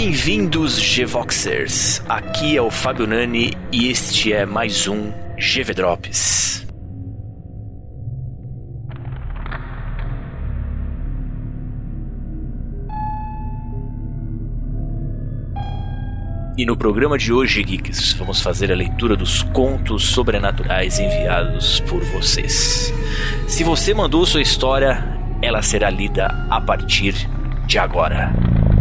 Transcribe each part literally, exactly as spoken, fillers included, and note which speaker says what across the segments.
Speaker 1: Bem-vindos, G-Voxers! Aqui é o Fábio Nani e este é mais um G V Drops. E no programa de hoje, Geeks, vamos fazer a leitura dos contos sobrenaturais enviados por vocês. Se você mandou sua história, ela será lida a partir de agora.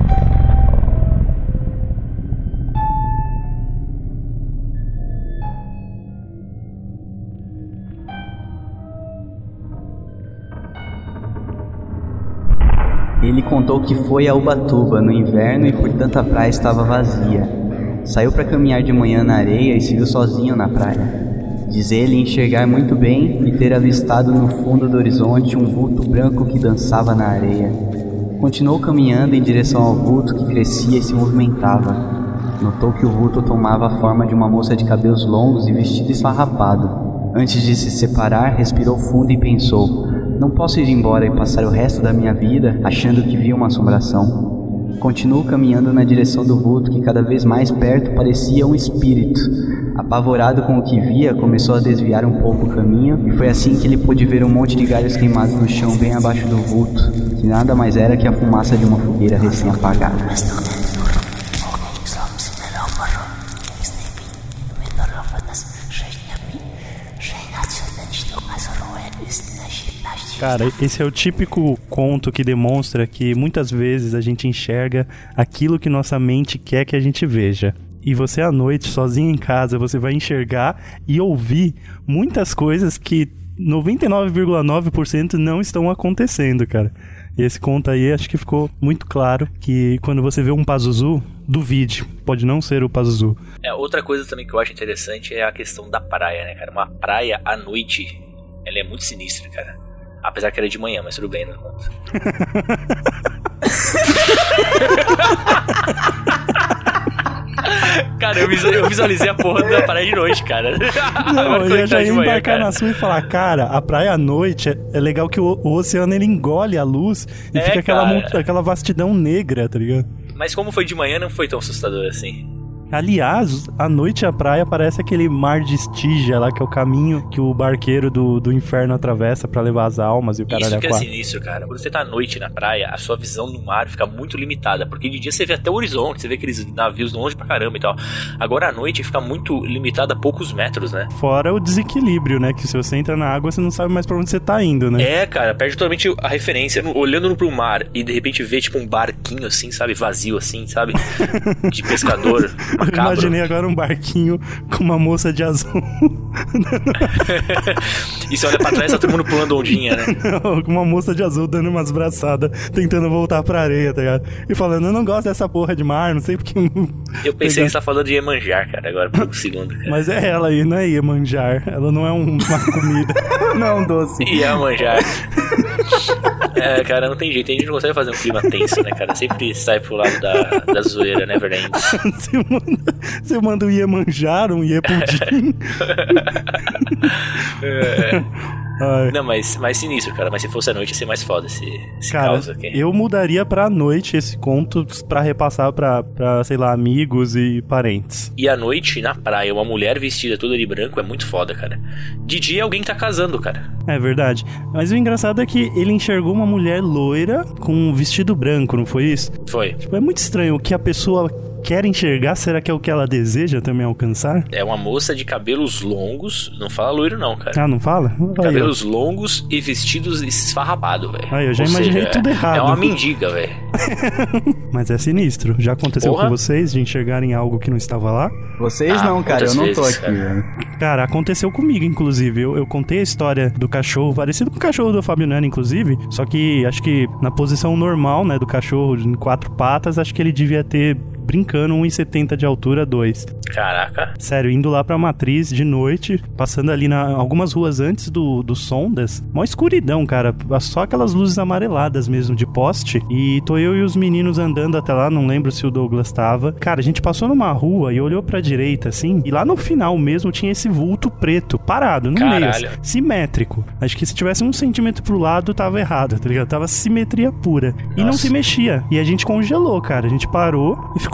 Speaker 2: Ele contou que foi a Ubatuba no inverno e portanto a praia estava vazia. Saiu para caminhar de manhã na areia e se viu sozinho na praia. Diz ele enxergar muito bem e ter avistado no fundo do horizonte um vulto branco que dançava na areia. Continuou caminhando em direção ao vulto que crescia e se movimentava. Notou que o vulto tomava a forma de uma moça de cabelos longos e vestido esfarrapado. Antes de se separar, respirou fundo e pensou: não posso ir embora e passar o resto da minha vida achando que vi uma assombração. Continuou caminhando na direção do vulto que cada vez mais perto parecia um espírito. Apavorado com o que via, começou a desviar um pouco o caminho e foi assim que ele pôde ver um monte de galhos queimados no chão bem abaixo do vulto, que nada mais era que a fumaça de uma fogueira recém-apagada.
Speaker 3: Cara, esse é o típico conto que demonstra que muitas vezes a gente enxerga aquilo que nossa mente quer que a gente veja. E você à noite, sozinho em casa, você vai enxergar e ouvir muitas coisas que noventa e nove vírgula nove por cento não estão acontecendo, cara. E esse conto aí, acho que ficou muito claro que quando você vê um Pazuzu, duvide, pode não ser o Pazuzu.
Speaker 1: É, outra coisa também que eu acho interessante é a questão da praia, né, cara? Uma praia à noite, ela é muito sinistra, cara. Apesar que era de manhã, mas tudo bem, não conta. Cara, eu visualizei a porra da praia de noite, cara.
Speaker 3: Não, eu já ia embarcar na sua e falar: cara, a praia à noite é, é legal que o, o oceano ele engole a luz e é, fica aquela, aquela vastidão negra, tá ligado?
Speaker 1: Mas como foi de manhã, não foi tão assustador assim.
Speaker 3: Aliás, à noite a praia parece aquele mar de Estígia lá, que é o caminho que o barqueiro do, do inferno atravessa pra levar as almas e o caralho.
Speaker 1: Isso que é sinistro, cara. Quando você tá à noite na praia, a sua visão do mar fica muito limitada, porque de dia você vê até o horizonte, você vê aqueles navios longe pra caramba e tal. Agora à noite fica muito limitada a poucos metros, né?
Speaker 3: Fora o desequilíbrio, né? Que se você entra na água, você não sabe mais pra onde você tá indo, né?
Speaker 1: É, cara, perde totalmente a referência. Olhando pro mar e de repente vê tipo um barquinho assim, sabe? Vazio assim, sabe? De pescador. Macabro.
Speaker 3: Imaginei agora um barquinho com uma moça de azul.
Speaker 1: E você olha pra trás, tá todo mundo pulando ondinha, né?
Speaker 3: Com uma moça de azul dando umas braçadas, tentando voltar pra areia, tá ligado? E falando: eu não gosto dessa porra de mar, não sei porque...
Speaker 1: Eu pensei que você tá falando de Iemanjar, cara, agora por um segundo. Cara.
Speaker 3: Mas é ela aí, não é Iemanjar. Ela não é um, uma comida. Não é um doce.
Speaker 1: Iemanjar. É, cara, não tem jeito, a gente não consegue fazer um clima tenso, né, cara? Sempre sai pro lado da, da zoeira, né, verdade?
Speaker 3: Você manda, você manda um Iemanjar, um Iepudim.
Speaker 1: É. Ai. Não, mas mais sinistro, cara. Mas se fosse à noite ia ser mais foda esse, esse
Speaker 3: cara,
Speaker 1: caos aqui.
Speaker 3: Eu mudaria pra noite esse conto pra repassar pra, pra, sei lá, amigos e parentes.
Speaker 1: E à noite, na praia, uma mulher vestida toda de branco é muito foda, cara. De dia alguém tá casando, cara.
Speaker 3: É verdade. Mas o engraçado é que ele enxergou uma mulher loira com um vestido branco, não foi isso?
Speaker 1: Foi.
Speaker 3: Tipo, é muito estranho o que a pessoa quer enxergar. Será que é o que ela deseja também alcançar?
Speaker 1: É uma moça de cabelos longos. Não fala loiro não, cara.
Speaker 3: Ah, não fala?
Speaker 1: Cabelos Aí, longos e vestidos esfarrapados, velho.
Speaker 3: Aí, eu já
Speaker 1: Ou
Speaker 3: imaginei
Speaker 1: seja,
Speaker 3: tudo errado.
Speaker 1: É uma mendiga, velho.
Speaker 3: Mas é sinistro. Já aconteceu Porra. com vocês de enxergarem algo que não estava lá?
Speaker 2: Vocês ah, não, cara. Eu não vezes, tô aqui, velho.
Speaker 3: Cara, aconteceu comigo, inclusive. Eu, eu contei a história do cachorro, parecido com o cachorro do Fábio Nani, inclusive. Só que acho que na posição normal, né, do cachorro em quatro patas, acho que ele devia ter brincando, um e setenta de altura, dois.
Speaker 1: Caraca.
Speaker 3: Sério, indo lá pra Matriz de noite, passando ali na algumas ruas antes do, do Sondas, mó escuridão, cara, só aquelas luzes amareladas mesmo de poste, e tô eu e os meninos andando até lá, não lembro se o Douglas tava. Cara, a gente passou numa rua e olhou pra direita, assim, e lá no final mesmo tinha esse vulto preto, parado, no
Speaker 1: Caralho.
Speaker 3: meio, assim, simétrico. Acho que se tivesse um centímetro pro lado, tava errado, tá ligado? Tava simetria pura. Nossa. E não se mexia. E a gente congelou, cara, a gente parou e ficou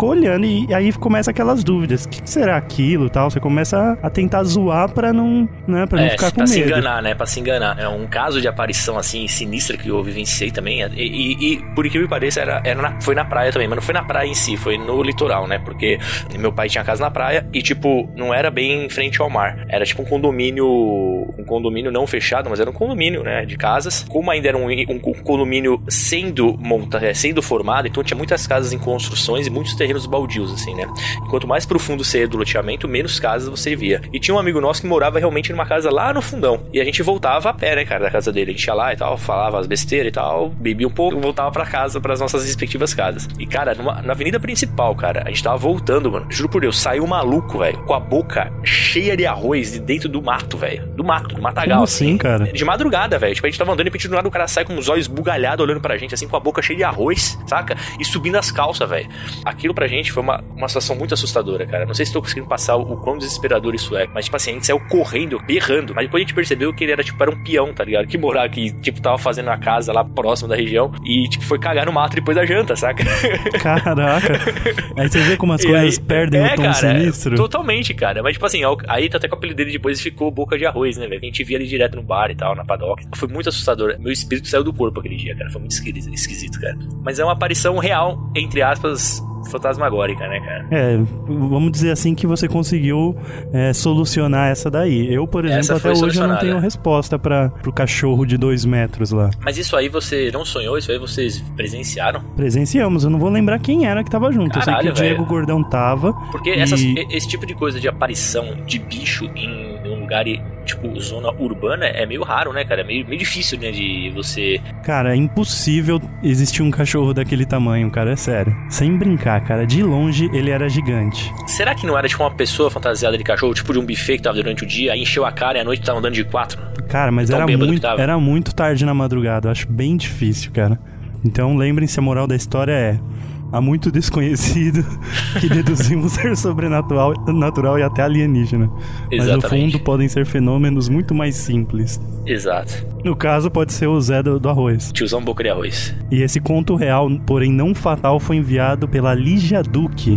Speaker 3: ficou olhando e aí começa aquelas dúvidas. O que será aquilo, tal? Você começa a tentar zoar pra não, né, pra não
Speaker 1: é,
Speaker 3: ficar com
Speaker 1: pra
Speaker 3: medo.
Speaker 1: se enganar, né? Pra se enganar. É um caso de aparição, assim, sinistra que eu vivenciei também. E, e, e por incrível que pareça, era, era na, foi na praia também. Mas não foi na praia em si, foi no litoral, né? Porque meu pai tinha casa na praia e, tipo, não era bem em frente ao mar. Era, tipo, um condomínio... Um condomínio não fechado, mas era um condomínio, né? De casas. Como ainda era um, um condomínio sendo, monta, é, sendo formado, então tinha muitas casas em construções e muitos terrenos baldios, assim, né? E quanto mais profundo você ia do loteamento, menos casas você via. E tinha um amigo nosso que morava realmente numa casa lá no fundão. E a gente voltava a pé, né, cara, da casa dele. A gente ia lá e tal, falava as besteiras e tal, bebia um pouco, voltava pra casa, pras nossas respectivas casas. E, cara, numa, na avenida principal, cara, a gente tava voltando, mano. Juro por Deus, saiu um maluco, velho, com a boca cheia de arroz de dentro do mato, velho. Do mato, do matagal.
Speaker 3: Como assim, cara?
Speaker 1: De madrugada, velho. Tipo, a gente tava andando e repetindo do nada, o cara sai com os olhos bugalhados olhando pra gente, assim, com a boca cheia de arroz, saca? E subindo as calças, velho. Aquilo pra gente foi uma, uma situação muito assustadora, cara. Não sei se tô conseguindo passar o, o quão desesperador isso é, mas, tipo assim, a gente saiu correndo, berrando, mas depois a gente percebeu que ele era, tipo, era um peão, tá ligado? Que morava aqui, tipo, tava fazendo a casa lá próximo da região e, tipo, foi cagar no mato depois da janta, saca?
Speaker 3: Caraca. Aí você vê como as
Speaker 1: e
Speaker 3: coisas
Speaker 1: aí,
Speaker 3: perdem
Speaker 1: é,
Speaker 3: o tom
Speaker 1: cara,
Speaker 3: sinistro.
Speaker 1: Totalmente, cara. Mas, tipo assim, aí tá até com o apelido dele depois ficou boca de arroz, né, velho? A gente via ele direto no bar e tal, na padoca. Foi muito assustador. Meu espírito saiu do corpo aquele dia, cara. Foi muito esquisito, cara. Mas é uma aparição real, entre aspas, fantasmagórica, né, cara?
Speaker 3: É, vamos dizer assim que você conseguiu é, solucionar essa daí. Eu, por exemplo, até hoje eu não tenho resposta para pro cachorro de dois metros lá.
Speaker 1: Mas isso aí você não sonhou? Isso aí vocês presenciaram?
Speaker 3: Presenciamos. Eu não vou lembrar quem era que tava junto.
Speaker 1: Caralho,
Speaker 3: eu sei que o Diego véio. Gordão tava.
Speaker 1: Porque
Speaker 3: e...
Speaker 1: essas, esse tipo de coisa de aparição de bicho em um lugar, tipo, zona urbana é meio raro, né, cara? É meio, meio difícil, né, de você...
Speaker 3: Cara, é impossível existir um cachorro daquele tamanho, cara, é sério. Sem brincar, cara, de longe ele era gigante.
Speaker 1: Será que não era tipo uma pessoa fantasiada de cachorro, tipo de um buffet que tava durante o dia, aí encheu a cara e à noite tava andando de quatro?
Speaker 3: Cara, mas era muito, era muito tarde na madrugada, eu acho bem difícil, cara. Então lembrem-se, a moral da história é: há muito desconhecido que deduzimos ser sobrenatural natural e até alienígena. Exatamente. Mas no fundo podem ser fenômenos muito mais simples.
Speaker 1: Exato.
Speaker 3: No caso pode ser o Zé do, do arroz.
Speaker 1: Tiozão boca de arroz.
Speaker 3: E esse conto real, porém não fatal, foi enviado pela Lígia Duque.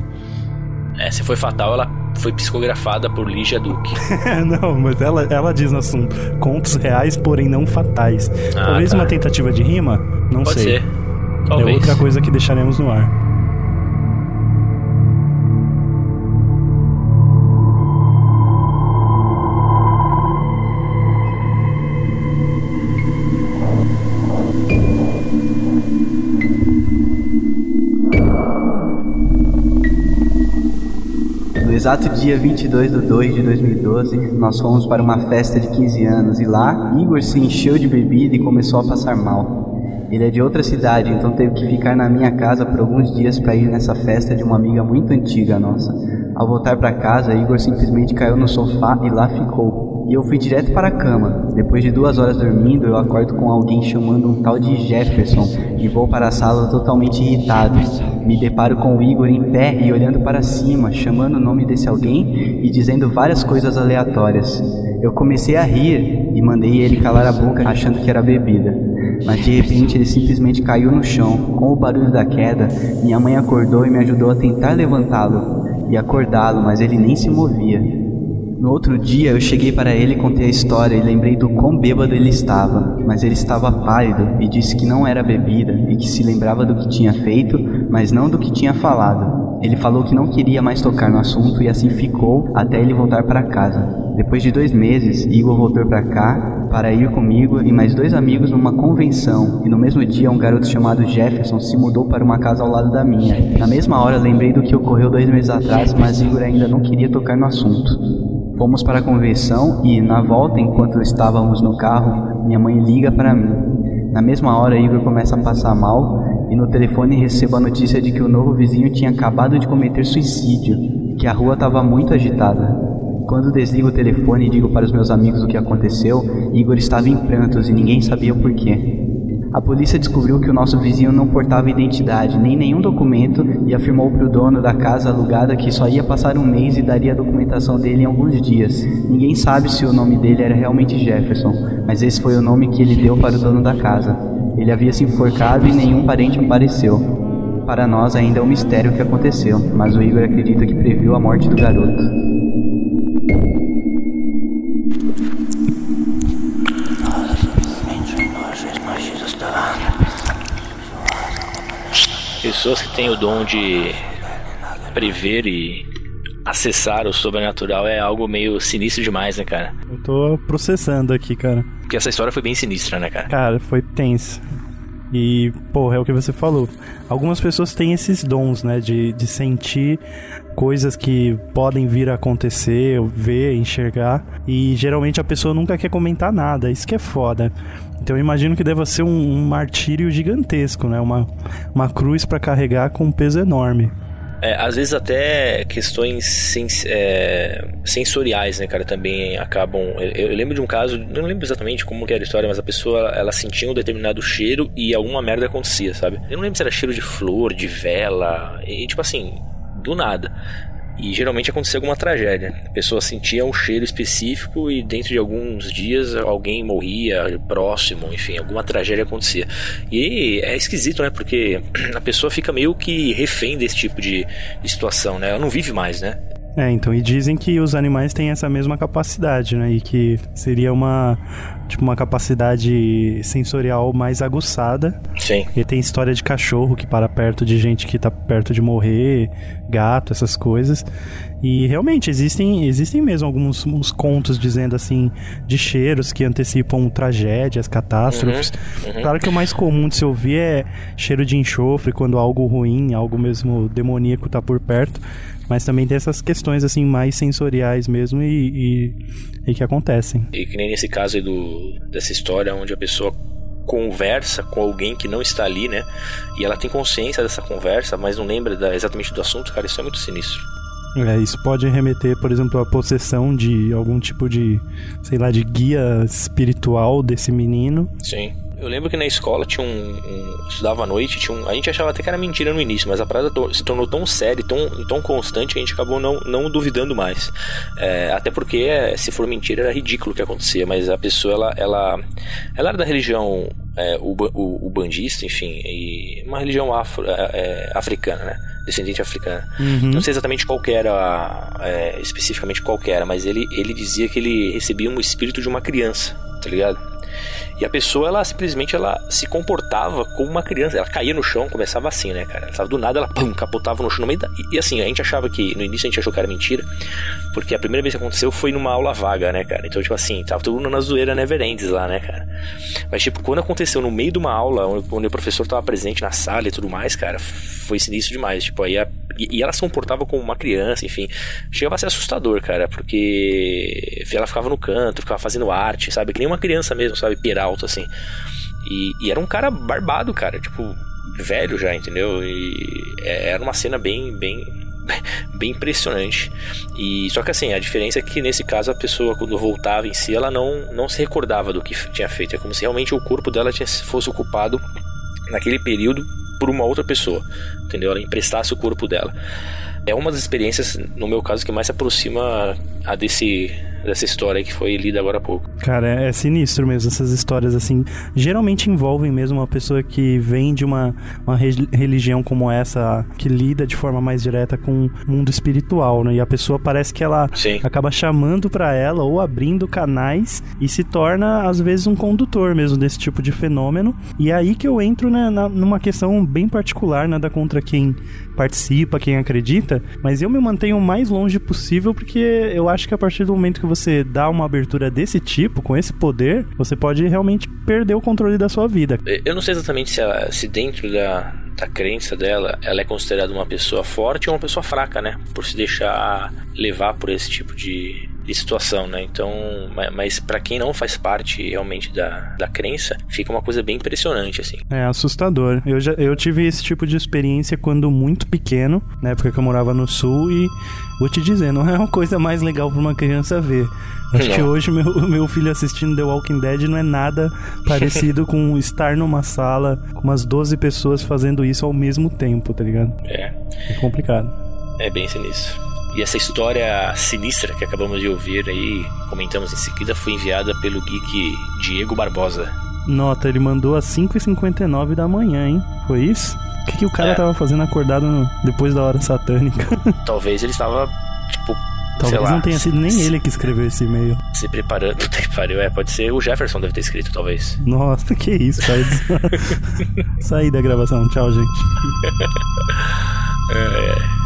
Speaker 1: É, se foi fatal, ela foi psicografada por Lígia Duque.
Speaker 3: Não, mas ela, ela diz no assunto: contos reais, porém não fatais. Ah, Talvez tá. Uma tentativa de rima? Não
Speaker 1: pode
Speaker 3: sei.
Speaker 1: Ser. Talvez.
Speaker 3: É outra coisa que deixaremos no ar.
Speaker 2: No exato dia vinte e dois de dois de dois mil e doze, nós fomos para uma festa de quinze anos e lá, Igor se encheu de bebida e começou a passar mal. Ele é de outra cidade, então teve que ficar na minha casa por alguns dias para ir nessa festa de uma amiga muito antiga nossa. Ao voltar para casa, Igor simplesmente caiu no sofá e lá ficou. E eu fui direto para a cama. Depois de duas horas dormindo, eu acordo com alguém chamando um tal de Jefferson e vou para a sala totalmente irritado. Me deparo com o Igor em pé e olhando para cima, chamando o nome desse alguém e dizendo várias coisas aleatórias. Eu comecei a rir e mandei ele calar a boca achando que era bebida. Mas de repente ele simplesmente caiu no chão. Com o barulho da queda, minha mãe acordou e me ajudou a tentar levantá-lo e acordá-lo, mas ele nem se movia. No outro dia eu cheguei para ele e contei a história e lembrei do quão bêbado ele estava, mas ele estava pálido e disse que não era bebida e que se lembrava do que tinha feito, mas não do que tinha falado. Ele falou que não queria mais tocar no assunto e assim ficou até ele voltar para casa. Depois de dois meses, Igor voltou para cá para ir comigo e mais dois amigos numa convenção, e no mesmo dia um garoto chamado Jefferson se mudou para uma casa ao lado da minha. Na mesma hora lembrei do que ocorreu dois meses atrás, mas Igor ainda não queria tocar no assunto. Fomos para a convenção e, na volta, enquanto estávamos no carro, minha mãe liga para mim. Na mesma hora, Igor começa a passar mal e no telefone recebo a notícia de que o novo vizinho tinha acabado de cometer suicídio e que a rua estava muito agitada. Quando desligo o telefone e digo para os meus amigos o que aconteceu, Igor estava em prantos e ninguém sabia o porquê. A polícia descobriu que o nosso vizinho não portava identidade, nem nenhum documento, e afirmou para o dono da casa alugada que só ia passar um mês e daria a documentação dele em alguns dias. Ninguém sabe se o nome dele era realmente Jefferson, mas esse foi o nome que ele deu para o dono da casa. Ele havia se enforcado e nenhum parente apareceu. Para nós ainda é um mistério o que aconteceu, mas o Igor acredita que previu a morte do garoto.
Speaker 1: Pessoas que têm o dom de prever e acessar o sobrenatural é algo meio sinistro demais, né, cara?
Speaker 3: Eu tô processando aqui, cara.
Speaker 1: Porque essa história foi bem sinistra, né, cara?
Speaker 3: Cara, foi tensa. E, porra, é o que você falou. Algumas pessoas têm esses dons, né, de, de sentir coisas que podem vir a acontecer, ver, enxergar. E geralmente a pessoa nunca quer comentar nada. Isso que é foda. Então eu imagino que deva ser um, um martírio gigantesco, né? Uma, uma cruz pra carregar com um peso enorme.
Speaker 1: É, às vezes até questões sens- é, sensoriais, né, cara, também acabam... Eu, eu lembro de um caso, não lembro exatamente como que era a história, mas a pessoa, ela sentia um determinado cheiro e alguma merda acontecia, sabe? Eu não lembro se era cheiro de flor, de vela, e tipo assim, do nada. E geralmente acontecia alguma tragédia. A pessoa sentia um cheiro específico e dentro de alguns dias alguém morria próximo, enfim, alguma tragédia acontecia. E é esquisito, né? Porque a pessoa fica meio que refém desse tipo de, de situação, né? Ela não vive mais, né?
Speaker 3: É, então, e dizem que os animais têm essa mesma capacidade, né? E que seria uma, tipo, uma capacidade sensorial mais aguçada.
Speaker 1: Sim.
Speaker 3: E tem história de cachorro que para perto de gente que tá perto de morrer, gato, essas coisas. E realmente existem, existem mesmo alguns uns contos dizendo assim, de cheiros que antecipam tragédias, catástrofes. Uhum, uhum. Claro que o mais comum de se ouvir é cheiro de enxofre, quando algo ruim, algo mesmo demoníaco tá por perto. Mas também tem essas questões assim mais sensoriais mesmo e, e, e que acontecem.
Speaker 1: E que nem nesse caso aí do, dessa história onde a pessoa conversa com alguém que não está ali, né? E ela tem consciência dessa conversa, mas não lembra da, exatamente do assunto, cara, isso é muito sinistro.
Speaker 3: É, isso pode remeter, por exemplo, à possessão de algum tipo de, sei lá, de guia espiritual desse menino.
Speaker 1: Sim. Eu lembro que na escola tinha um... um estudava à noite, tinha um, a gente achava até que era mentira no início, mas a parada to, se tornou tão séria e tão, tão constante que a gente acabou não, não duvidando mais. É, até porque, se for mentira, era ridículo o que acontecia, mas a pessoa, ela, ela, ela era da religião é, o, o, o bandista, enfim, e uma religião afro, é, africana, né? Descendente africana. Uhum. Não sei exatamente qual que era, é, especificamente qual que era, mas ele, ele dizia que ele recebia um espírito de uma criança, tá ligado? E a pessoa, ela simplesmente ela se comportava como uma criança. Ela caía no chão, começava assim, né, cara? Ela tava do nada, ela pum, capotava no chão no meio da... E, e assim, a gente achava que... No início a gente achou que era mentira, porque a primeira vez que aconteceu foi numa aula vaga, né, cara? Então, tipo assim, tava todo mundo na zoeira Neverendes lá, né, cara? Mas, tipo, quando aconteceu no meio de uma aula, onde, onde o professor tava presente na sala e tudo mais, cara, foi sinistro demais. Tipo, aí a... E, e ela se comportava como uma criança, enfim. Chegava a ser assustador, cara, porque ela ficava no canto, ficava fazendo arte, sabe? Que nem uma criança mesmo, sabe? Peralta, assim. E, e era um cara barbado, cara, tipo, velho já, entendeu? E era uma cena bem, bem, bem impressionante. E só que assim, a diferença é que nesse caso a pessoa, quando voltava em si, ela não, não se recordava do que tinha feito. É como se realmente o corpo dela tinha, fosse ocupado naquele período por uma outra pessoa, entendeu? Ela emprestasse o corpo dela. É uma das experiências, no meu caso, que mais se aproxima a desse, dessa história que foi lida agora há pouco.
Speaker 3: Cara, é, é sinistro mesmo essas histórias, assim. Geralmente envolvem mesmo uma pessoa que vem de uma, uma re- religião como essa, que lida de forma mais direta com o mundo espiritual, né? E a pessoa parece que ela Sim. acaba chamando pra ela ou abrindo canais e se torna, às vezes, um condutor mesmo desse tipo de fenômeno. E é aí que eu entro, né, na, numa questão bem particular, nada contra quem participa, quem acredita, mas eu me mantenho o mais longe possível porque eu acho que a partir do momento que você dá uma abertura desse tipo, com esse poder, você pode realmente perder o controle da sua vida.
Speaker 1: Eu não sei exatamente se, ela, se dentro da, da crença dela, ela é considerada uma pessoa forte ou uma pessoa fraca, né? Por se deixar levar por esse tipo de... de situação, né? Então, mas pra quem não faz parte realmente da, da crença, fica uma coisa bem impressionante, assim.
Speaker 3: É assustador. Eu, já, eu tive esse tipo de experiência quando muito pequeno, na época que eu morava no sul, e vou te dizer, não é uma coisa mais legal pra uma criança ver. Acho não. que hoje meu, meu filho assistindo The Walking Dead não é nada parecido com estar numa sala com umas doze pessoas fazendo isso ao mesmo tempo, tá ligado?
Speaker 1: É.
Speaker 3: É complicado.
Speaker 1: É bem sinistro. E essa história sinistra que acabamos de ouvir aí, comentamos em seguida, foi enviada pelo geek Diego Barbosa.
Speaker 3: Nota, ele mandou às cinco e cinquenta e nove da manhã, hein? Foi isso? O que, que o cara
Speaker 1: é.
Speaker 3: tava fazendo acordado no, depois da hora satânica?
Speaker 1: Talvez ele estava, tipo...
Speaker 3: Talvez
Speaker 1: sei
Speaker 3: não
Speaker 1: lá,
Speaker 3: tenha sido nem
Speaker 1: se,
Speaker 3: ele que escreveu esse e-mail.
Speaker 1: Se preparando, puta que pariu, é, pode ser o Jefferson deve ter escrito, talvez.
Speaker 3: Nossa, que isso, sai, sai da gravação, tchau, gente.
Speaker 1: é, é.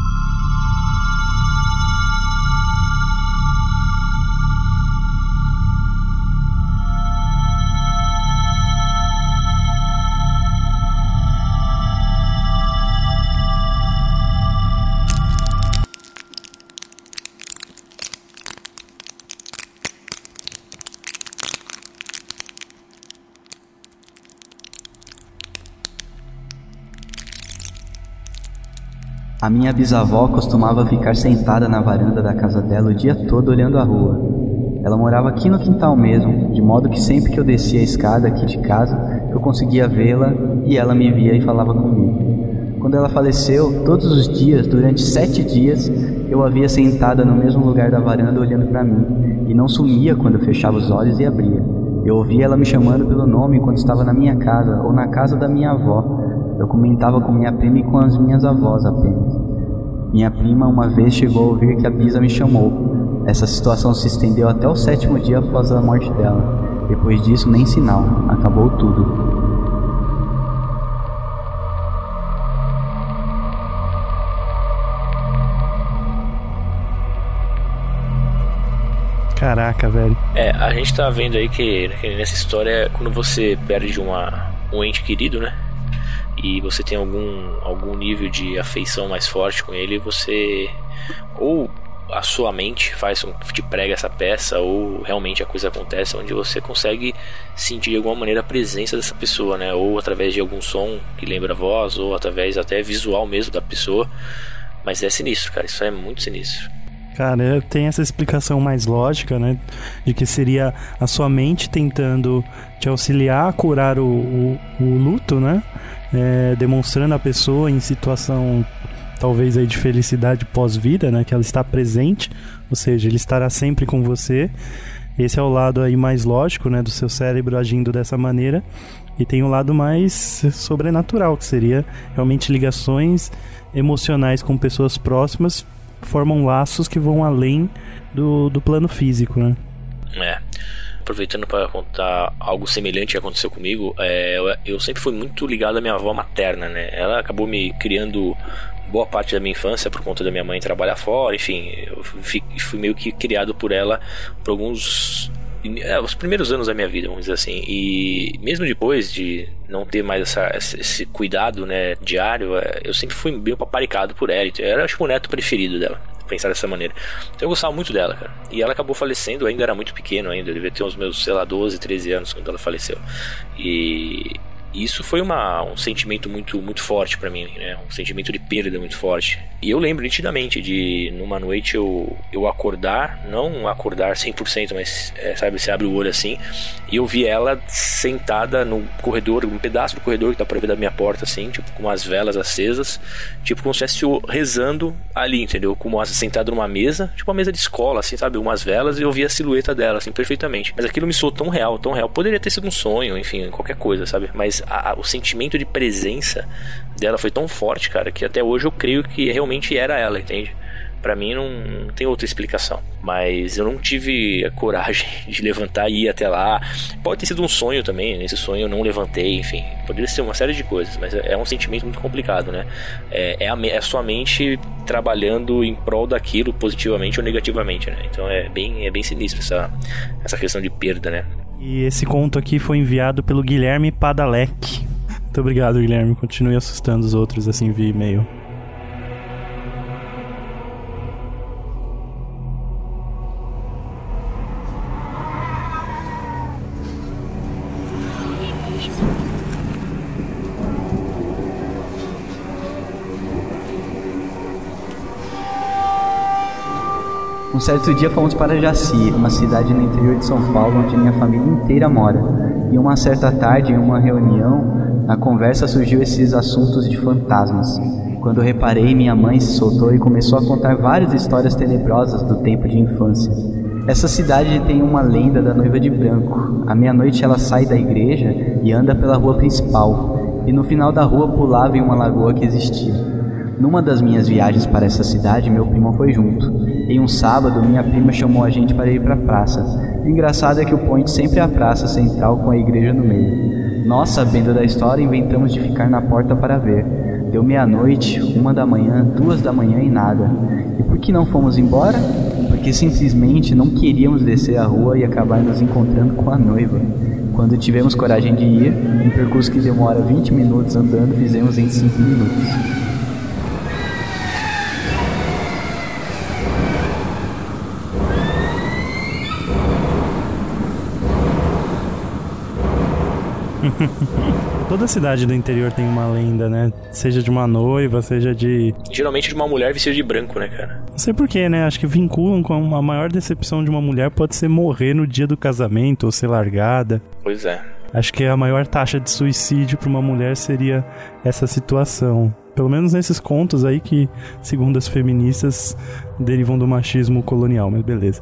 Speaker 2: A minha bisavó costumava ficar sentada na varanda da casa dela o dia todo olhando a rua. Ela morava aqui no quintal mesmo, de modo que sempre que eu descia a escada aqui de casa, eu conseguia vê-la e ela me via e falava comigo. Quando ela faleceu, todos os dias, durante sete dias, eu a via sentada no mesmo lugar da varanda olhando para mim, e não sumia quando eu fechava os olhos e abria. Eu ouvia ela me chamando pelo nome quando estava na minha casa ou na casa da minha avó. Eu comentava com minha prima e com as minhas avós apenas. Minha prima uma vez chegou a ouvir que a Bisa me chamou. Essa situação se estendeu até o sétimo dia após a morte dela. Depois disso, nem sinal. Acabou tudo.
Speaker 3: Caraca, velho.
Speaker 1: É, a gente tá vendo aí que, que nessa história, quando você perde uma, um ente querido, né? E você tem algum, algum nível de afeição mais forte com ele, você ou a sua mente faz um, te prega essa peça, ou realmente a coisa acontece onde você consegue sentir de alguma maneira a presença dessa pessoa, né? Ou através de algum som que lembra a voz, ou através até visual mesmo da pessoa. Mas é sinistro, cara, isso é muito sinistro.
Speaker 3: Cara, tem essa explicação mais lógica, né? De que seria a sua mente tentando te auxiliar a curar o, o, o luto, né? É, demonstrando a pessoa em situação talvez aí de felicidade pós-vida, né, que ela está presente, ou seja, ele estará sempre com você. Esse é o lado aí mais lógico, né, do seu cérebro agindo dessa maneira. E tem o lado mais sobrenatural, que seria realmente ligações emocionais com pessoas próximas, formam laços que vão além do, do plano físico, né?
Speaker 1: É. Aproveitando para contar algo semelhante que aconteceu comigo, é, eu, eu sempre fui muito ligado à minha avó materna, né? Ela acabou me criando boa parte da minha infância por conta da minha mãe trabalhar fora, enfim, eu fui, fui meio que criado por ela por alguns é, os primeiros anos da minha vida, vamos dizer assim. E mesmo depois de não ter mais essa, esse cuidado, né, diário, eu sempre fui bem paparicado por ela. Eu era, acho que, o neto preferido dela, pensar dessa maneira. Então eu gostava muito dela, cara. E ela acabou falecendo, eu ainda era muito pequeno ainda, eu devia ter uns meus, sei lá, doze, treze anos quando ela faleceu. E isso foi uma, um sentimento muito, muito forte pra mim, né? Um sentimento de perda muito forte. E eu lembro nitidamente de, numa noite, eu, eu acordar, não acordar cem por cento, mas, é, sabe, você abre o olho assim, e eu vi ela sentada no corredor, um pedaço do corredor que dá pra ver da minha porta, assim, tipo, com umas velas acesas, tipo, como se estivesse rezando ali, entendeu? Como sentada numa mesa, tipo uma mesa de escola, assim, sabe? Umas velas, e eu vi a silhueta dela, assim, perfeitamente. Mas aquilo me soou tão real, tão real. Poderia ter sido um sonho, enfim, qualquer coisa, sabe? Mas A, a, o sentimento de presença dela foi tão forte, cara, que até hoje eu creio que realmente era ela, entende? Pra mim não, não tem outra explicação. Mas eu não tive a coragem de levantar e ir até lá. Pode ter sido um sonho também, nesse sonho eu não levantei, enfim, poderia ser uma série de coisas, mas é um sentimento muito complicado, né? É, é, a, é a sua mente trabalhando em prol daquilo, positivamente ou negativamente, né? Então é bem, é bem sinistro essa, essa questão de perda, né?
Speaker 3: E esse conto aqui foi enviado pelo Guilherme Padalec. Muito obrigado, Guilherme. Continue assustando os outros assim via e-mail.
Speaker 2: Um certo dia fomos para Jaci, uma cidade no interior de São Paulo onde minha família inteira mora. E uma certa tarde, em uma reunião, na conversa surgiu esses assuntos de fantasmas. Quando reparei, minha mãe se soltou e começou a contar várias histórias tenebrosas do tempo de infância. Essa cidade tem uma lenda da noiva de branco. À meia-noite ela sai da igreja e anda pela rua principal, e no final da rua pulava em uma lagoa que existia. Numa das minhas viagens para essa cidade, meu primo foi junto. Em um sábado, minha prima chamou a gente para ir para a praça. O engraçado é que o point sempre é a praça central com a igreja no meio. Nós, sabendo da história, inventamos de ficar na porta para ver. Deu meia-noite, uma da manhã, duas da manhã e nada. E por que não fomos embora? Porque simplesmente não queríamos descer a rua e acabar nos encontrando com a noiva. Quando tivemos coragem de ir, um percurso que demora vinte minutos andando, fizemos em cinco minutos.
Speaker 3: Toda cidade do interior tem uma lenda, né? Seja de uma noiva, seja de...
Speaker 1: Geralmente de uma mulher vestida de branco, né, cara?
Speaker 3: Não sei porquê, né? Acho que vinculam com a maior decepção de uma mulher pode ser morrer no dia do casamento ou ser largada.
Speaker 1: Pois é.
Speaker 3: Acho que a maior taxa de suicídio para uma mulher seria essa situação. Pelo menos nesses contos aí que, segundo as feministas, derivam do machismo colonial, mas beleza.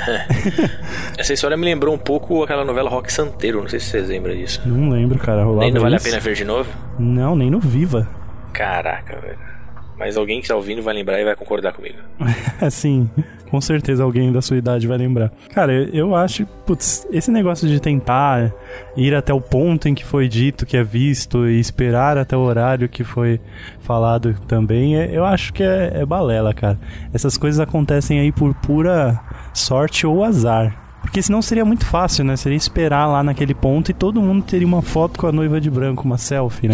Speaker 1: Essa história me lembrou um pouco aquela novela Rock Santeiro, não sei se vocês lembram disso.
Speaker 3: Não lembro, cara. Rolava
Speaker 1: nem não vale
Speaker 3: isso?
Speaker 1: A pena ver de novo?
Speaker 3: Não, nem no Viva.
Speaker 1: Caraca, velho. Mas alguém que tá ouvindo vai lembrar e vai concordar comigo.
Speaker 3: Sim, com certeza alguém da sua idade vai lembrar. Cara, eu, eu acho, putz, esse negócio de tentar ir até o ponto em que foi dito, que é visto, e esperar até o horário que foi falado também, é, eu acho que é, é balela, cara. Essas coisas acontecem aí por pura sorte ou azar. Porque senão seria muito fácil, né? Seria esperar lá naquele ponto e todo mundo teria uma foto com a noiva de branco, uma selfie, né?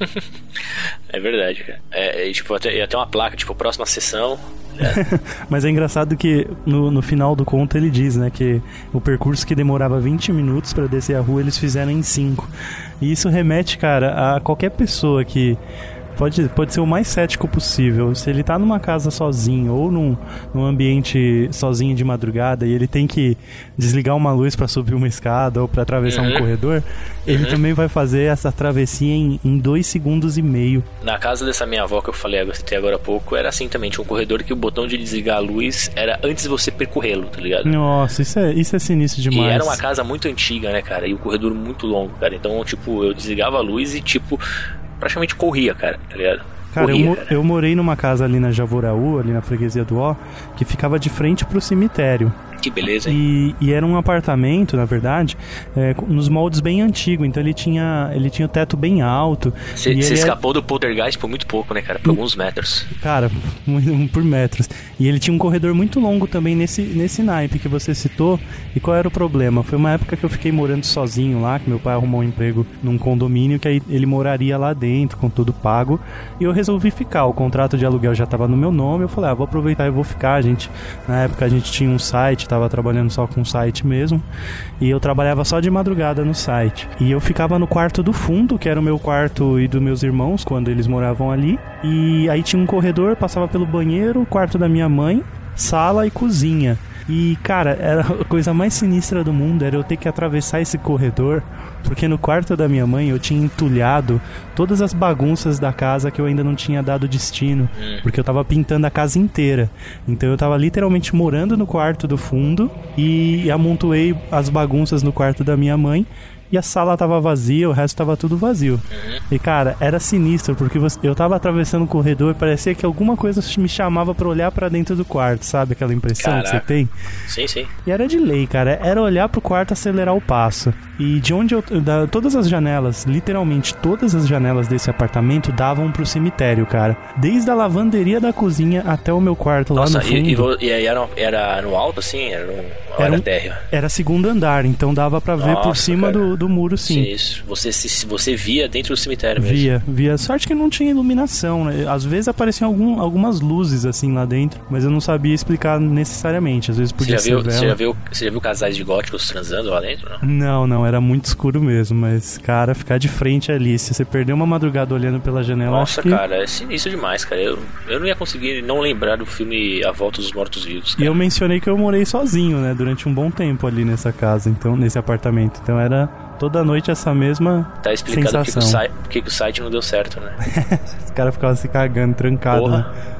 Speaker 1: É verdade, cara. É, é, tipo, até, ia ter uma placa, tipo, próxima sessão. É.
Speaker 3: Mas é engraçado que no, no final do conto ele diz, né? Que o percurso que demorava vinte minutos pra descer a rua, eles fizeram em cinco. E isso remete, cara, a qualquer pessoa que... Pode, pode ser o mais cético possível. Se ele tá numa casa sozinho ou num, num ambiente sozinho de madrugada e ele tem que desligar uma luz pra subir uma escada ou pra atravessar uhum. um corredor, ele uhum. também vai fazer essa travessia em, em dois segundos e meio.
Speaker 1: Na casa dessa minha avó que eu falei até agora há pouco, era assim também. Tinha um corredor que o botão de desligar a luz era antes de você percorrê-lo, tá ligado?
Speaker 3: Nossa, isso é, isso é sinistro demais.
Speaker 1: E era uma casa muito antiga, né, cara? E o corredor muito longo, cara. Então, tipo, eu desligava a luz e, tipo... praticamente corria, cara, tá ligado?
Speaker 3: Cara,
Speaker 1: corria,
Speaker 3: eu,
Speaker 1: cara.
Speaker 3: eu morei numa casa ali na Javoraú, ali na freguesia do Ó, que ficava de frente pro cemitério.
Speaker 1: Que beleza, hein?
Speaker 3: E, e era um apartamento, na verdade, é, nos moldes bem antigos. Então ele tinha, ele tinha o teto bem alto.
Speaker 1: Você escapou era... do poltergeist por muito pouco, né, cara? Por alguns metros.
Speaker 3: Cara, por metros. E ele tinha um corredor muito longo também nesse, nesse naipe que você citou. E qual era o problema? Foi uma época que eu fiquei morando sozinho lá, que meu pai arrumou um emprego num condomínio, que aí ele moraria lá dentro, com tudo pago. E eu resolvi ficar. O contrato de aluguel já estava no meu nome. Eu falei, ah, vou aproveitar e vou ficar. A gente, na época a gente tinha um site, tava trabalhando só com o site mesmo, e eu trabalhava só de madrugada no site, e eu ficava no quarto do fundo, que era o meu quarto e dos meus irmãos, quando eles moravam ali, e aí tinha um corredor, passava pelo banheiro, quarto da minha mãe, sala e cozinha. E, cara, era a coisa mais sinistra do mundo, era eu ter que atravessar esse corredor, porque no quarto da minha mãe eu tinha entulhado todas as bagunças da casa que eu ainda não tinha dado destino, porque eu tava pintando a casa inteira. Então eu tava literalmente morando no quarto do fundo e amontoei as bagunças no quarto da minha mãe. E a sala tava vazia, o resto tava tudo vazio. Uhum. E, cara, era sinistro, porque você, eu tava atravessando o corredor e parecia que alguma coisa me chamava pra olhar pra dentro do quarto, sabe? Aquela impressão Caraca. que você tem?
Speaker 1: Sim, sim.
Speaker 3: E era de lei, cara. Era olhar pro quarto e acelerar o passo. E de onde eu... Da, todas as janelas, literalmente todas as janelas desse apartamento davam pro cemitério, cara. Desde a lavanderia da cozinha até o meu quarto lá
Speaker 1: Nossa,
Speaker 3: no fundo.
Speaker 1: E, e, e aí era, era no alto, assim? Era, um, era, era um, térreo?
Speaker 3: Era segundo andar, então dava pra ver Nossa, por cima do, do muro, sim.
Speaker 1: Isso. Você, se, você via dentro do cemitério mesmo?
Speaker 3: Via, via. Sorte que não tinha iluminação, né? Às vezes apareciam algum, algumas luzes, assim, lá dentro, mas eu não sabia explicar necessariamente. Às vezes podia
Speaker 1: você já
Speaker 3: ser
Speaker 1: viu, você já viu Você já viu casais de góticos transando lá dentro, não?
Speaker 3: Não, não. Era muito escuro mesmo, mas, cara, ficar de frente ali, se você perder uma madrugada olhando pela janela...
Speaker 1: Nossa,
Speaker 3: acho que...
Speaker 1: cara, é sinistro demais, cara. Eu, eu não ia conseguir não lembrar do filme A Volta dos Mortos-Vivos, cara.
Speaker 3: E eu mencionei que eu morei sozinho, né? Durante um bom tempo ali nessa casa, então, nesse apartamento. Então era... toda noite essa mesma
Speaker 1: tá explicado
Speaker 3: sensação.
Speaker 1: Por que o site não deu certo, né?
Speaker 3: Os caras ficavam se cagando, trancados, né?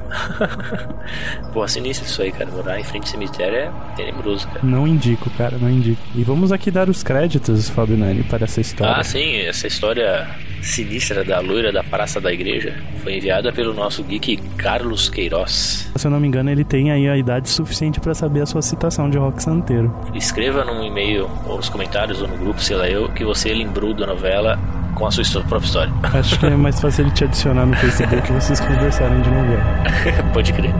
Speaker 1: Pô, sinistro isso aí, cara. Morar em frente ao cemitério é tenebroso, cara.
Speaker 3: Não indico, cara, não indico. E vamos aqui dar os créditos, Fábio Nani, para essa história.
Speaker 1: Ah, sim, essa história sinistra da loira da Praça da Igreja foi enviada pelo nosso geek Carlos Queiroz.
Speaker 3: Se eu não me engano, ele tem aí a idade suficiente para saber a sua citação de rock santeiro.
Speaker 1: Escreva num e-mail, ou nos comentários, ou no grupo, sei lá eu, que você lembrou da novela com a sua própria história.
Speaker 3: Acho que é mais fácil ele te adicionar no Facebook que vocês conversarem de novela.
Speaker 1: Pode crer.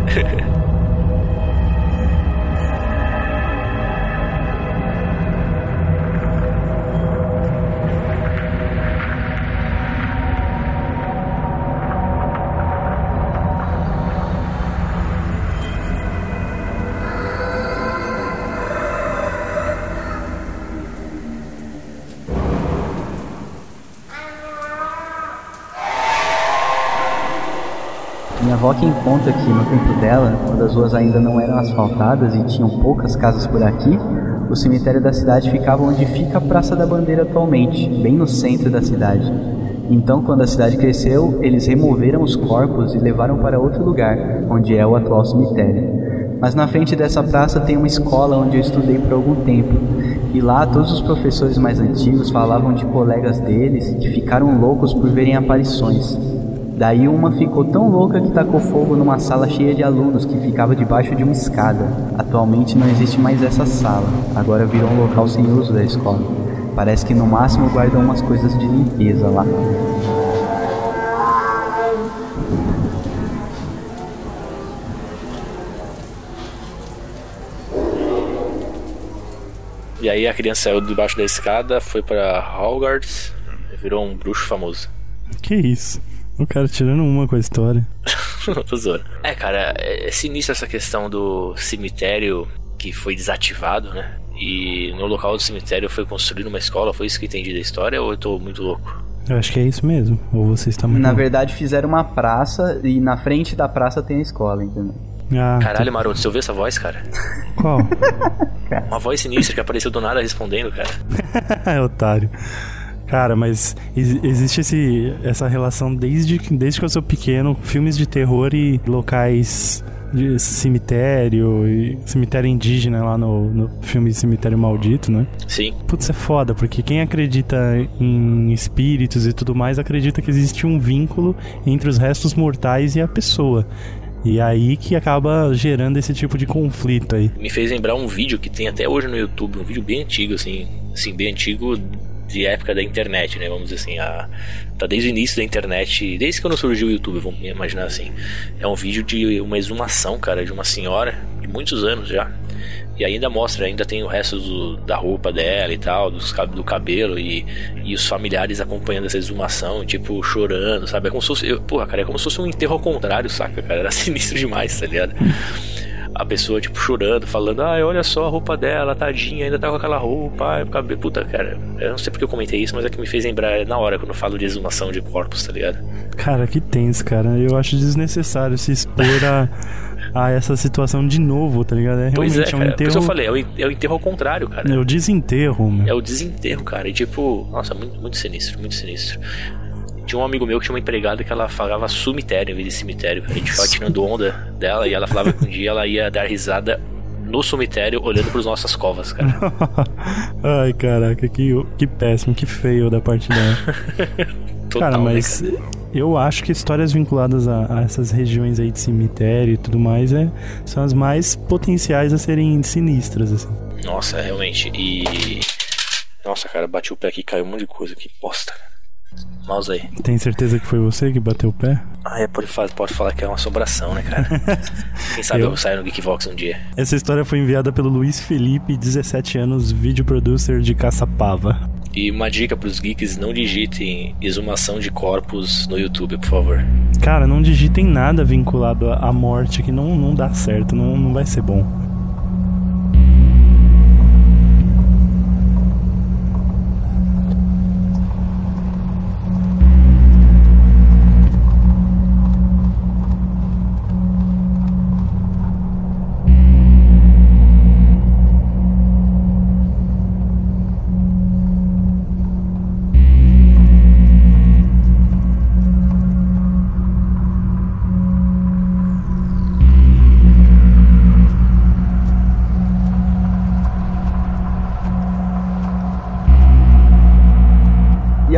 Speaker 2: Minha avó que conta que no tempo dela, quando as ruas ainda não eram asfaltadas e tinham poucas casas por aqui, o cemitério da cidade ficava onde fica a Praça da Bandeira atualmente, bem no centro da cidade. Então, quando a cidade cresceu, eles removeram os corpos e levaram para outro lugar, onde é o atual cemitério. Mas na frente dessa praça tem uma escola onde eu estudei por algum tempo. E lá todos os professores mais antigos falavam de colegas deles que ficaram loucos por verem aparições. Daí uma ficou tão louca que tacou fogo numa sala cheia de alunos que ficava debaixo de uma escada. Atualmente não existe mais essa sala, agora virou um local sem uso da escola. Parece que no máximo guardam umas coisas de limpeza lá.
Speaker 1: E aí a criança saiu debaixo da escada, foi pra Hogwarts e virou um bruxo famoso.
Speaker 3: Que isso? O cara tirando uma com a história.
Speaker 1: Não, tô zoando. É, cara, é sinistro essa questão do cemitério que foi desativado, né? E no local do cemitério foi construída uma escola. Foi isso que eu entendi da história ou eu tô muito louco?
Speaker 3: Eu acho que é isso mesmo. Ou você está muito
Speaker 2: Na
Speaker 3: louco.
Speaker 2: verdade fizeram uma praça e na frente da praça tem a escola, entendeu?
Speaker 3: Ah,
Speaker 1: Caralho, Maroto, você ouviu essa voz, cara?
Speaker 3: Qual?
Speaker 1: Uma voz sinistra que apareceu do nada respondendo, cara.
Speaker 3: É otário. Cara, mas ex- existe esse, essa relação desde, desde que eu sou pequeno, filmes de terror e locais de cemitério, e cemitério indígena lá no, no filme Cemitério Maldito, né?
Speaker 1: Sim.
Speaker 3: Putz, é foda, porque quem acredita em espíritos e tudo mais, acredita que existe um vínculo entre os restos mortais e a pessoa. E aí que acaba gerando esse tipo de conflito aí.
Speaker 1: Me fez lembrar um vídeo que tem até hoje no YouTube, um vídeo bem antigo, assim, assim bem antigo de época da internet, né, vamos dizer assim, a, tá desde o início da internet, desde quando surgiu o YouTube, vamos imaginar assim. É um vídeo de uma exumação, cara, de uma senhora de muitos anos já. E ainda mostra, ainda tem o resto do, da roupa dela e tal, dos, do cabelo e, e os familiares acompanhando essa exumação, tipo, chorando, sabe? É como se fosse, eu, porra, cara, é como se fosse um enterro ao contrário, saca, cara? Era sinistro demais, tá ligado? A pessoa, tipo, chorando, falando, ai, olha só a roupa dela, tadinha, ainda tá com aquela roupa, ai, cabelo. Puta, cara, eu não sei porque eu comentei isso, mas é que me fez lembrar na hora quando eu falo de exumação de corpos, tá ligado?
Speaker 3: Cara, que tenso, cara. Eu acho desnecessário se expor a, a essa situação de novo, tá ligado? É
Speaker 1: Pois
Speaker 3: realmente
Speaker 1: é,
Speaker 3: um
Speaker 1: cara,
Speaker 3: enterro...
Speaker 1: por isso eu falei, é o, é o enterro ao contrário, cara.
Speaker 3: É o desenterro, meu.
Speaker 1: É o desenterro, cara, e tipo, nossa, muito, muito sinistro, muito sinistro. Tinha um amigo meu que tinha uma empregada que ela falava cemitério em vez de cemitério. A gente ficava tirando onda dela e ela falava que um dia ela ia dar risada no cemitério olhando pras nossas covas, cara.
Speaker 3: Ai, caraca, que, que péssimo, que feio da parte dela.
Speaker 1: Total,
Speaker 3: cara, mas
Speaker 1: né, cara?
Speaker 3: Eu acho que histórias vinculadas a, a essas regiões aí de cemitério e tudo mais é, são as mais potenciais a serem sinistras, assim.
Speaker 1: Nossa, realmente. E... Nossa, cara, bati o pé aqui e caiu um monte de coisa. Que bosta, cara. Mouse aí.
Speaker 3: Tem certeza que foi você que bateu o pé?
Speaker 1: Ah, é, pode, pode falar que é uma assombração, né, cara? Quem sabe eu, eu saio no Geekvox um dia.
Speaker 3: Essa história foi enviada pelo Luiz Felipe, dezessete anos, vídeo producer de Caçapava.
Speaker 1: E uma dica pros geeks, não digitem exumação de corpos no YouTube, por favor.
Speaker 3: Cara, não digitem nada vinculado à morte, que não, não dá certo, não, não vai ser bom.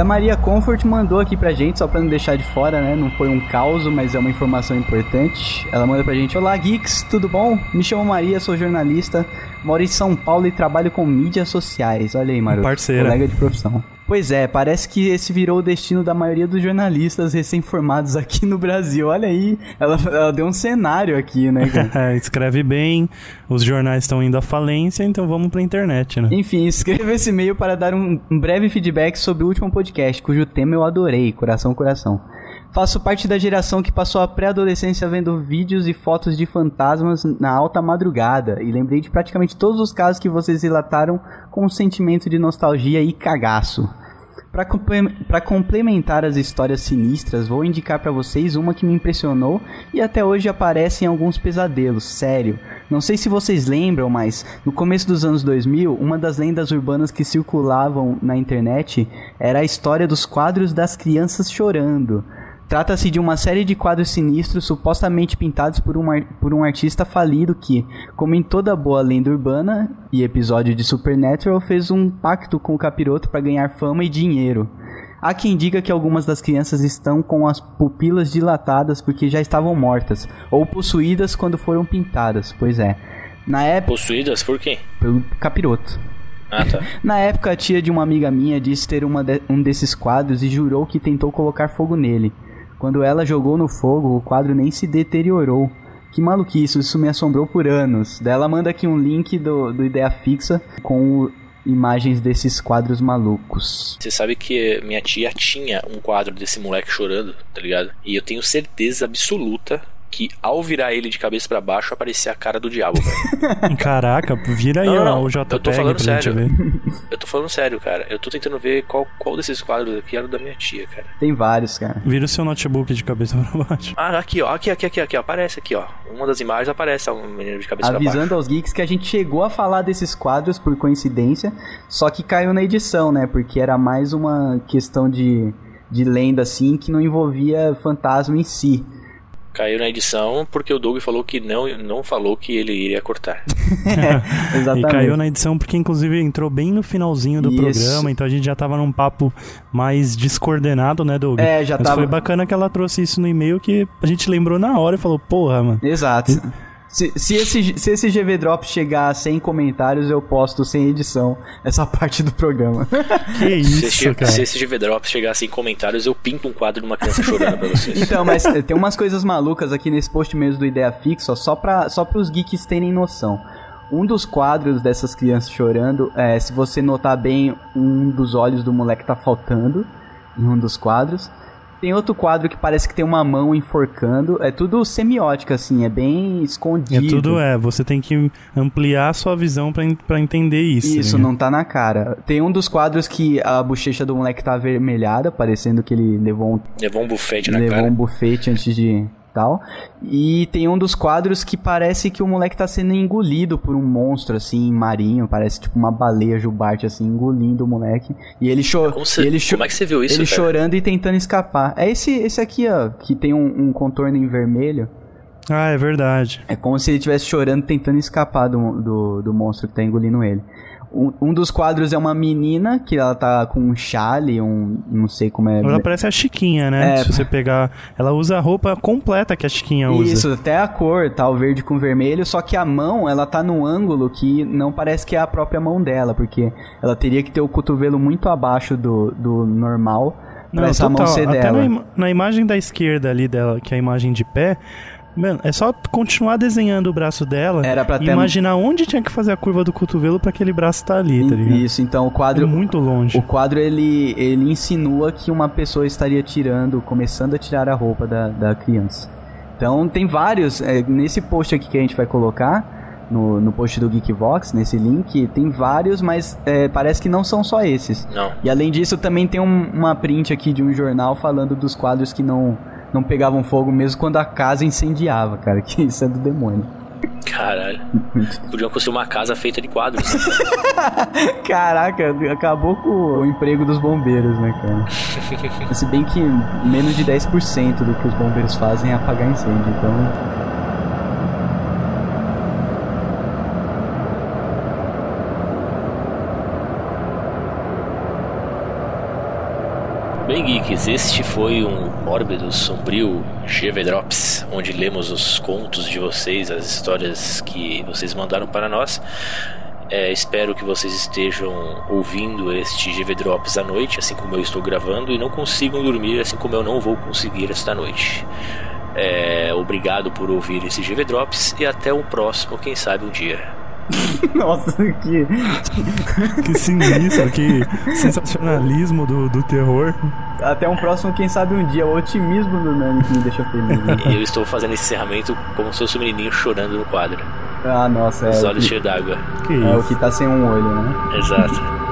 Speaker 2: a Maria Comfort mandou aqui pra gente, só pra não deixar de fora, né? Não foi um caos, mas é uma informação importante. Ela manda pra gente: olá, geeks, tudo bom? Me chamo Maria, sou jornalista, moro em São Paulo e trabalho com mídias sociais. Olha aí, Maroto,
Speaker 3: parceira.
Speaker 2: Colega de profissão. Pois é, parece que esse virou o destino da maioria dos jornalistas recém-formados aqui no Brasil. Olha aí, ela, ela deu um cenário aqui, né, cara?
Speaker 3: Escreve bem, os jornais estão indo à falência, então vamos pra internet, né?
Speaker 2: Enfim, escreva esse e-mail para dar um, um breve feedback sobre o último podcast, cujo tema eu adorei, coração, coração. Faço parte da geração que passou a pré-adolescência vendo vídeos e fotos de fantasmas na alta madrugada, e lembrei de praticamente todos os casos que vocês relataram com um sentimento de nostalgia e cagaço. Para comple- complementar as histórias sinistras, vou indicar para vocês uma que me impressionou e até hoje aparece em alguns pesadelos, sério. Não sei se vocês lembram, mas no começo dos anos dois mil, uma das lendas urbanas que circulavam na internet era a história dos quadros das crianças chorando. Trata-se de uma série de quadros sinistros supostamente pintados por um, ar- por um artista falido que, como em toda boa lenda urbana e episódio de Supernatural, fez um pacto com o capiroto para ganhar fama e dinheiro. Há quem diga que algumas das crianças estão com as pupilas dilatadas porque já estavam mortas, ou possuídas quando foram pintadas, pois é. Na época...
Speaker 1: Possuídas por quem?
Speaker 2: Pelo capiroto.
Speaker 1: Ah, tá.
Speaker 2: Na época, a tia de uma amiga minha disse ter uma de- um desses quadros e jurou que tentou colocar fogo nele. Quando ela jogou no fogo, o quadro nem se deteriorou. Que maluquice, isso me assombrou por anos. Daí ela manda aqui um link do, do Ideia Fixa com imagens desses quadros malucos.
Speaker 1: Você sabe que minha tia tinha um quadro desse moleque chorando, tá ligado? E eu tenho certeza absoluta que ao virar ele de cabeça pra baixo aparecia a cara do diabo, velho.
Speaker 3: Caraca, vira aí,
Speaker 1: Não,
Speaker 3: ó,
Speaker 1: não,
Speaker 3: o
Speaker 1: eu tô
Speaker 3: JPEG
Speaker 1: falando
Speaker 3: pra gente
Speaker 1: sério.
Speaker 3: ver.
Speaker 1: Eu tô falando sério, cara. Eu tô tentando ver qual, qual desses quadros aqui era o da minha tia, cara.
Speaker 2: Tem vários, cara.
Speaker 3: Vira o seu notebook de cabeça pra baixo.
Speaker 1: Ah, aqui, ó. Aqui, aqui, aqui, aqui, ó. Aparece aqui, ó. Uma das imagens aparece ó, um menino de cabeça pra baixo.
Speaker 2: Avisando aos geeks que a gente chegou a falar desses quadros por coincidência, só que caiu na edição, né? Porque era mais uma questão de, de lenda, assim, que não envolvia fantasma em si.
Speaker 1: Caiu na edição porque o Doug falou que não, não falou que ele iria cortar.
Speaker 2: É, exatamente.
Speaker 3: E caiu na edição porque, inclusive, entrou bem no finalzinho do
Speaker 2: Isso.
Speaker 3: programa, então a gente já tava num papo mais descoordenado, né, Doug?
Speaker 2: É, já
Speaker 3: Mas
Speaker 2: tava.
Speaker 3: foi bacana que ela trouxe isso no e-mail que a gente lembrou na hora e falou, porra, mano.
Speaker 2: Exato. Se, se, esse, se esse G V Drop chegar a cem comentários, eu posto sem edição essa parte do programa.
Speaker 3: Que isso,
Speaker 1: se, esse,
Speaker 3: cara.
Speaker 1: se esse G V Drop chegasse em comentários, eu pinto um quadro de uma criança chorando pra vocês.
Speaker 2: Então, mas tem umas coisas malucas aqui nesse post mesmo do Ideia Fixa, ó, só, pra, só pros geeks terem noção. Um dos quadros dessas crianças chorando, é, se você notar bem, um dos olhos do moleque tá faltando em um dos quadros. Tem outro quadro que parece que tem uma mão enforcando. É tudo semiótica, assim, é bem escondido.
Speaker 3: É tudo, é. Você tem que ampliar a sua visão pra, pra entender isso.
Speaker 2: Isso,
Speaker 3: né?
Speaker 2: não tá na cara. Tem um dos quadros que a bochecha do moleque tá avermelhada, parecendo que ele levou um,
Speaker 1: Levou um bufete na
Speaker 2: levou
Speaker 1: cara.
Speaker 2: um bufete antes de tal. E tem um dos quadros que parece que o moleque tá sendo engolido por um monstro, assim, marinho. Parece tipo uma baleia jubarte, assim, engolindo o moleque. E ele chorando.
Speaker 1: Como, você, como é que você viu isso,
Speaker 2: Ele
Speaker 1: cara?
Speaker 2: chorando e tentando escapar. É esse, esse aqui, ó, que tem um, um contorno em vermelho.
Speaker 3: Ah, é verdade.
Speaker 2: É como se ele estivesse chorando, tentando escapar do, do, do monstro que tá engolindo ele. Um, um dos quadros é uma menina, que ela tá com um chale, um... não sei como é...
Speaker 3: Ela parece a Chiquinha, né?
Speaker 2: É.
Speaker 3: Se você pegar... Ela usa a roupa completa que a Chiquinha usa.
Speaker 2: Isso, até a cor, tá? O verde com vermelho, só que a mão, ela tá num ângulo que não parece que é a própria mão dela, porque ela teria que ter o cotovelo muito abaixo do, do normal pra
Speaker 3: Não,
Speaker 2: essa
Speaker 3: total.
Speaker 2: mão ser
Speaker 3: Até
Speaker 2: dela.
Speaker 3: na, ima- na imagem da esquerda ali dela, que é a imagem de pé... Mano, é só continuar desenhando o braço dela
Speaker 2: Era pra
Speaker 3: e
Speaker 2: ter-
Speaker 3: imaginar onde tinha que fazer a curva do cotovelo pra aquele braço tá ali, tá ligado?
Speaker 2: Isso, então o
Speaker 3: É
Speaker 2: quadro...
Speaker 3: muito longe.
Speaker 2: O quadro, ele, ele insinua que uma pessoa estaria tirando, começando a tirar a roupa da, da criança. Então tem vários, é, nesse post aqui que a gente vai colocar, no, no post do Geekvox, nesse link, tem vários, mas é, parece que não são só esses.
Speaker 1: Não.
Speaker 2: E além disso, também tem um, uma print aqui de um jornal falando dos quadros que não, não pegavam fogo mesmo quando a casa incendiava, cara, que isso é do demônio.
Speaker 1: Caralho. Podiam construir uma casa feita de quadros. Né?
Speaker 2: Caraca, acabou com o emprego dos bombeiros, né, cara? Se bem que menos de dez por cento do que os bombeiros fazem é apagar incêndio, então...
Speaker 1: Bem, geeks, este foi um mórbido, sombrio G V Drops, onde lemos os contos de vocês, as histórias que vocês mandaram para nós. É, espero que vocês estejam ouvindo este G V Drops à noite, assim como eu estou gravando, e não consigam dormir, assim como eu não vou conseguir esta noite. É, obrigado por ouvir esse G V Drops e até o próximo, quem sabe um dia.
Speaker 2: Nossa, que...
Speaker 3: que sinistro, que sensacionalismo do, do terror.
Speaker 2: Até um próximo, quem sabe um dia. O otimismo do Nani que me deixa feliz.
Speaker 1: E eu estou fazendo esse encerramento como se fosse um menininho chorando no quadro.
Speaker 2: Ah, nossa,
Speaker 1: Os
Speaker 2: é.
Speaker 1: olhos
Speaker 2: Que...
Speaker 1: cheios d'água.
Speaker 3: Que
Speaker 2: é
Speaker 3: isso?
Speaker 2: o que tá sem um olho, né?
Speaker 1: Exato.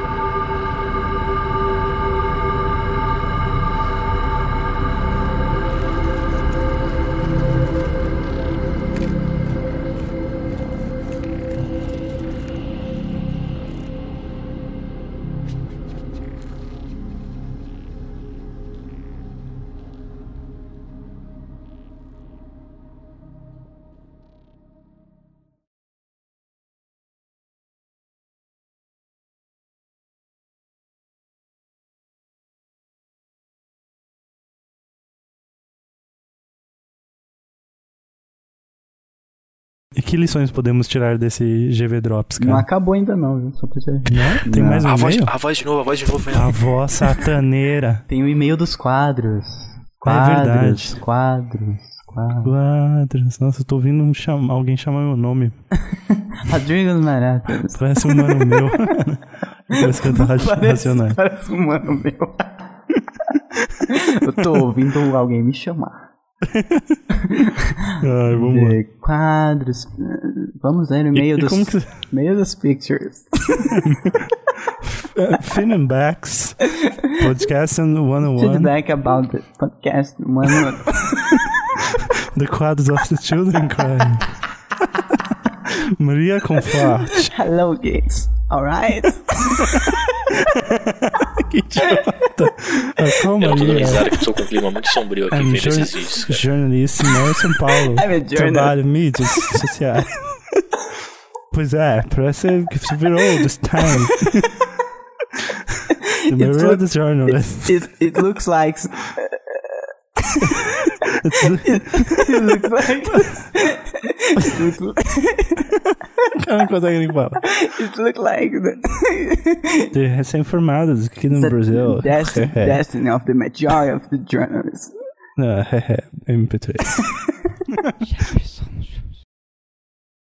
Speaker 3: E que lições podemos tirar desse G V Drops, cara?
Speaker 2: Não acabou ainda não, viu? Só pra você...
Speaker 3: Não? Tem
Speaker 2: Não.
Speaker 3: mais um
Speaker 1: A voz,
Speaker 3: e-mail?
Speaker 1: a voz de novo, a voz de novo.
Speaker 3: A voz sataneira.
Speaker 2: Tem o e-mail dos quadros.
Speaker 3: É
Speaker 2: Quadros,
Speaker 3: verdade.
Speaker 2: quadros, quadros.
Speaker 3: Quadros. Nossa, eu tô ouvindo um chama... alguém chamar meu nome.
Speaker 2: Rodrigo Maratas.
Speaker 3: Parece um mano meu. Parece que eu tô racionais.
Speaker 2: Parece um mano meu. Eu tô ouvindo alguém me chamar.
Speaker 3: Ai, vamos lá.
Speaker 2: De quadros. Vamos ler o e-mail
Speaker 3: E- e
Speaker 2: dos,
Speaker 3: como que-
Speaker 2: e-mail dos pictures.
Speaker 3: Finnenbacks. Podcast cento e um.
Speaker 2: Feedback about the podcast one oh one.
Speaker 3: The Quadros of the Children Crying. Maria Comfort.
Speaker 2: Hello, geeks. Alright?
Speaker 3: Que idiota. Ah, calma,
Speaker 1: Eu não tô dando
Speaker 3: Maria.
Speaker 1: risada que eu tô com um clima muito sombrio aqui
Speaker 3: I'm
Speaker 1: vendo
Speaker 3: jour-
Speaker 1: esses vídeos. cara.
Speaker 3: jornalista em São Paulo.
Speaker 2: I'm a journalist.
Speaker 3: Trabalho, mídias sociais. Pois é, parece que você virou this time. The Maria
Speaker 2: look-
Speaker 3: the Journalist.
Speaker 2: It, it looks like...
Speaker 3: It's,
Speaker 2: It looks like... It looks
Speaker 3: eu não consegue nem falar.
Speaker 2: It looks like... The,
Speaker 3: De recém-formados aqui no Brasil.
Speaker 2: destiny, destiny of the majority of the journalists.
Speaker 3: Não, M P três.
Speaker 2: Jefferson.